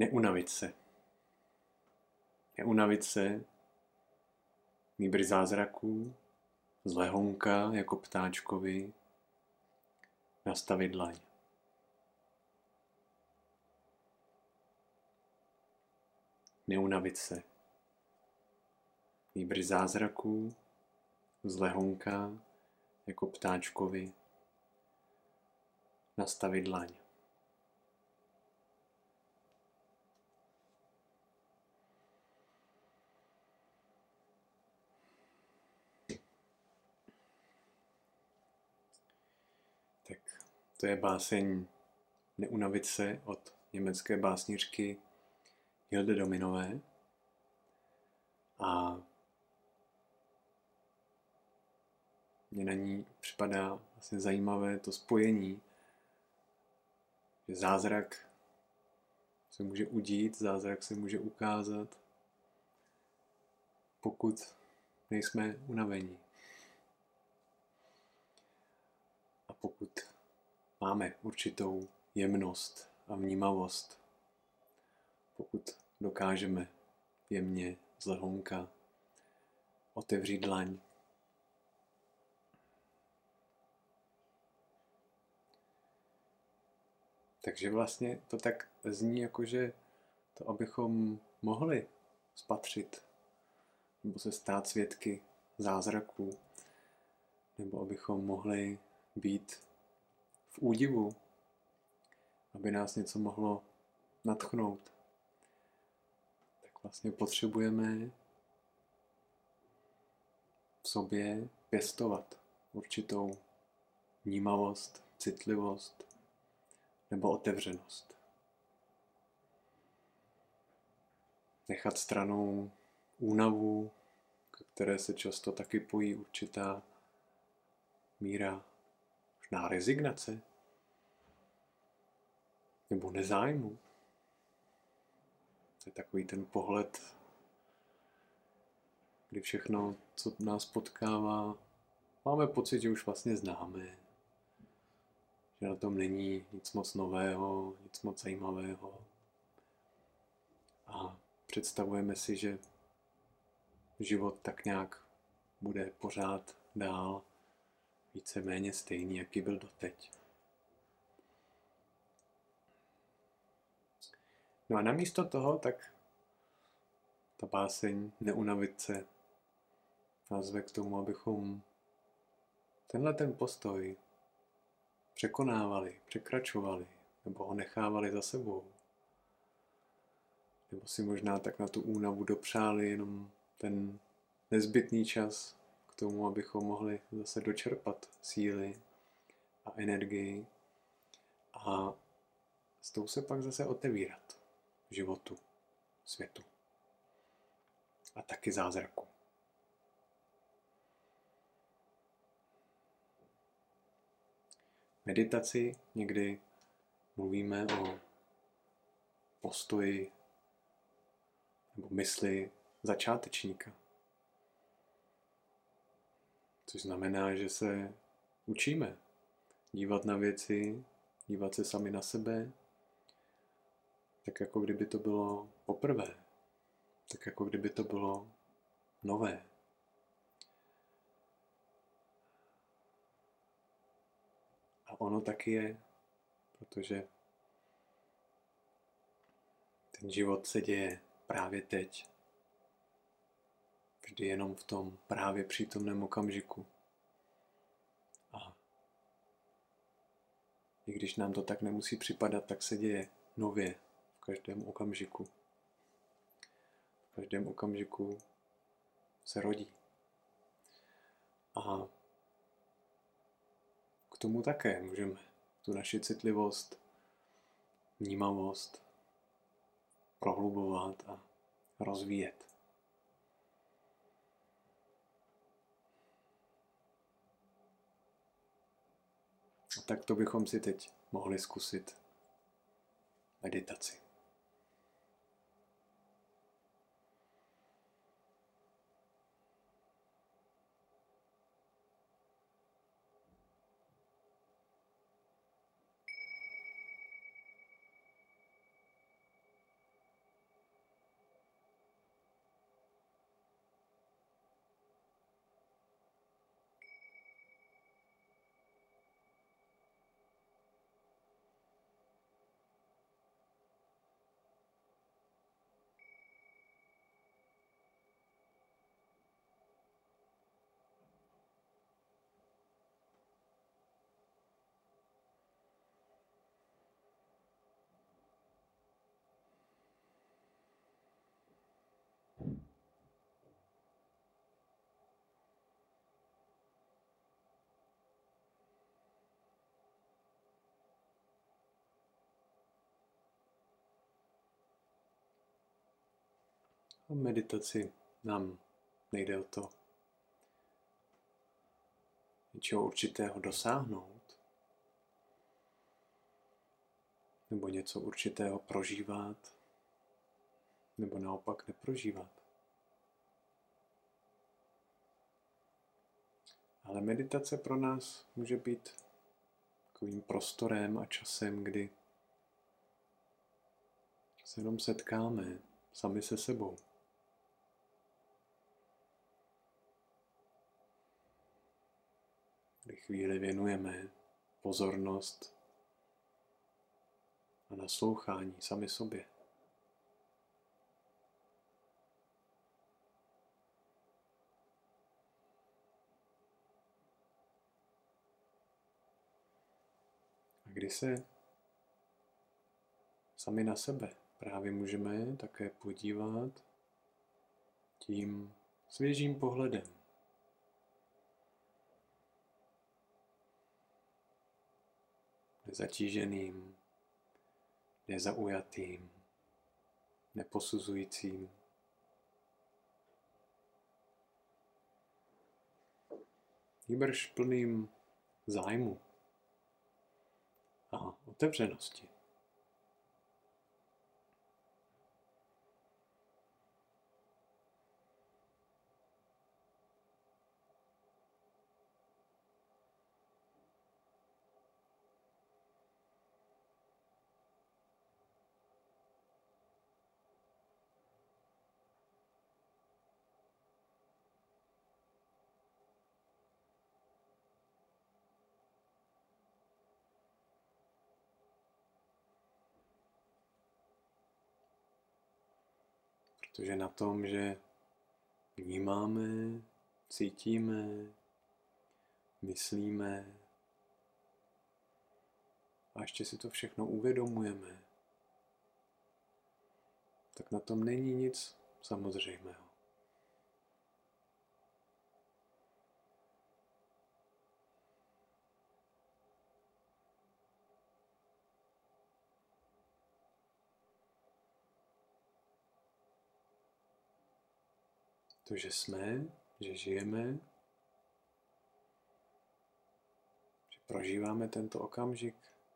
Neunavit se. Neunavit se, nýbrž zázraků, z lehonka jako ptáčkovi, nastavit dlaň. Neunavit se, nýbrž zázraků, z lehonka jako ptáčkovi, nastavit dlaň. Tak to je báseň Neunavit se od německé básnířky Hilde Dominové. A mně na ní připadá vlastně zajímavé to spojení, že zázrak se může udít, zázrak se může ukázat, pokud nejsme unavení. A pokud máme určitou jemnost a vnímavost, pokud dokážeme jemně z lehonka otevřít dlaň, takže vlastně to tak zní, jakože to, abychom mohli spatřit nebo se stát svědky zázraků, nebo abychom mohli být v údivu, aby nás něco mohlo nadchnout, tak vlastně potřebujeme v sobě pěstovat určitou vnímavost, citlivost nebo otevřenost. Nechat stranou únavu, ke které se často taky pojí určitá míra možná rezignace nebo nezájmu. To je takový ten pohled, kdy všechno, co nás potkává, máme pocit, že už vlastně známe, že na tom není nic moc nového, nic moc zajímavého. A představujeme si, že život tak nějak bude pořád dál víceméně stejný, jaký byl doteď. No a namísto toho, tak ta báseň Neunavit se nás zve k tomu, abychom tenhle ten postoj překonávali, překračovali, nebo ho nechávali za sebou. Nebo si možná tak na tu únavu dopřáli jenom ten nezbytný čas k tomu, abychom mohli zase dočerpat síly a energii a s tou se pak zase otevírat životu, světu a taky zázraku. Meditaci někdy mluvíme o postoji nebo mysli začátečníka. Což znamená, že se učíme dívat na věci, dívat se sami na sebe, tak jako kdyby to bylo poprvé, tak jako kdyby to bylo nové. A ono taky je, protože ten život se děje právě teď. Vždy jenom v tom právě přítomném okamžiku. A i když nám to tak nemusí připadat, tak se děje nově v každém okamžiku. V každém okamžiku se rodí. A k tomu také můžeme tu naši citlivost, vnímavost prohlubovat a rozvíjet. A tak to bychom si teď mohli zkusit meditaci. A meditaci nám nejde o to něčeho určitého dosáhnout, nebo něco určitého prožívat, nebo naopak neprožívat. Ale meditace pro nás může být takovým prostorem a časem, kdy se jenom setkáme sami se sebou. Kdy chvíli věnujeme pozornost a naslouchání sami sobě. A kdy se sami na sebe právě můžeme také podívat tím svěžím pohledem. Nezatíženým, nezaujatým, neposuzujícím. Nýbrž plným zájmu a otevřenosti. Protože na tom, že vnímáme, cítíme, myslíme a ještě si to všechno uvědomujeme, tak na tom není nic samozřejmého. To, že jsme, že žijeme, že prožíváme tento okamžik,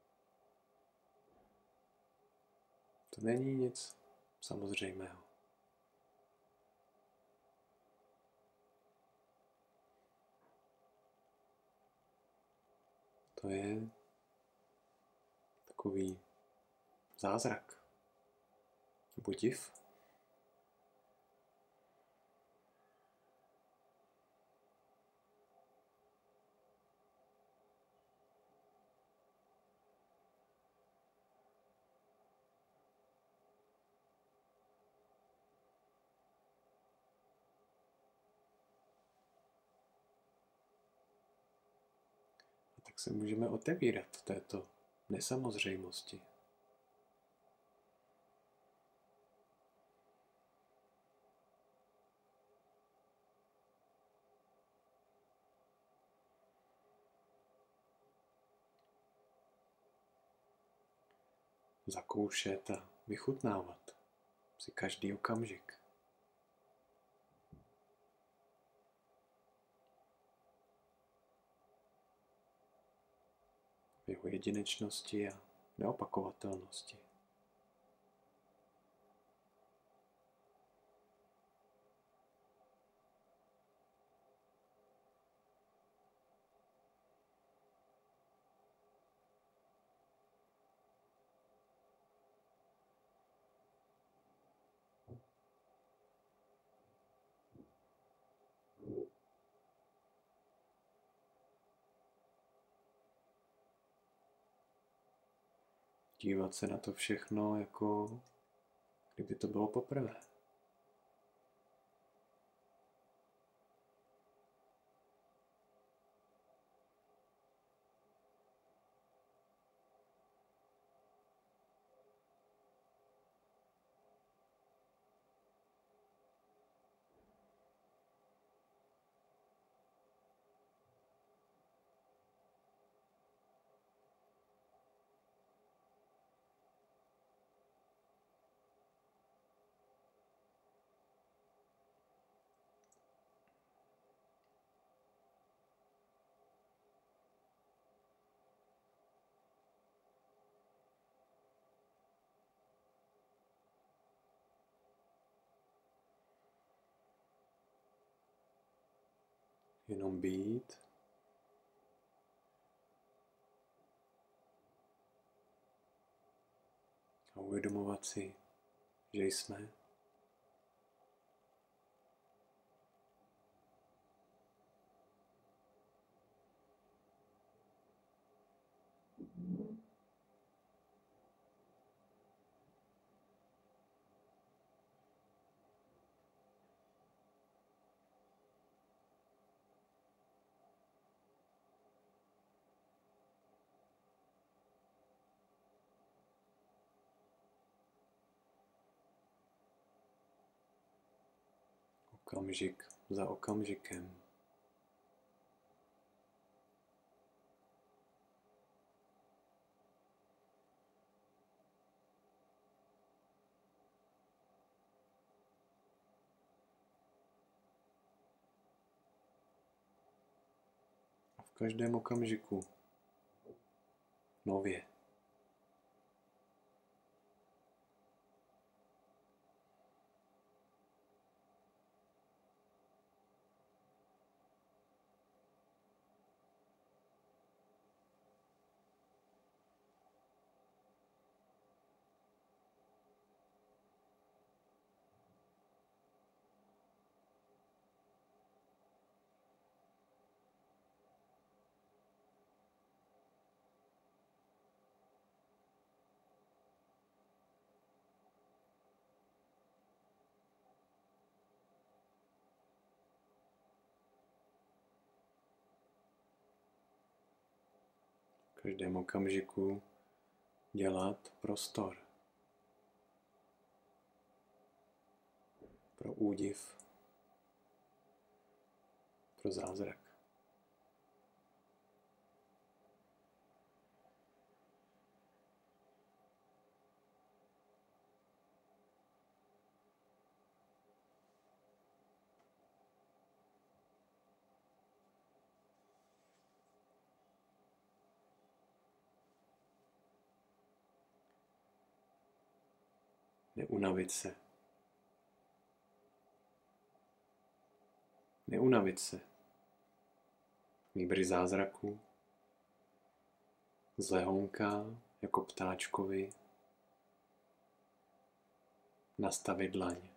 to není nic samozřejmého. To je takový zázrak nebo div. Tak se můžeme otevírat v této nesamozřejmosti. Zakoušet a vychutnávat si každý okamžik. V jeho jedinečnosti a neopakovatelnosti. Dívat se na to všechno, jako kdyby to bylo poprvé. Jenom být. A uvědomovat si, že jsme. Okamžik za okamžikem. A v každém okamžiku nově. V každém okamžiku dělat prostor pro údiv, pro zázrak. Neunavit se. Neunavit se. Nýbrž zázraku. Zlehonká jako ptáčkovi. Nastavit dlaň.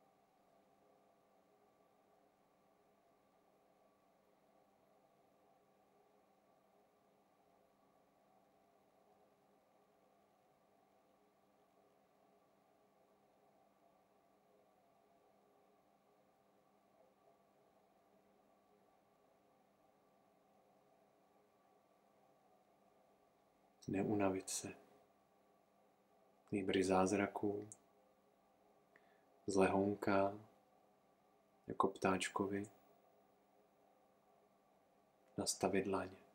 Neunavit se. Nýbrž zázraku. Zlehonká jako ptáčkovi. Nastavit dlaň.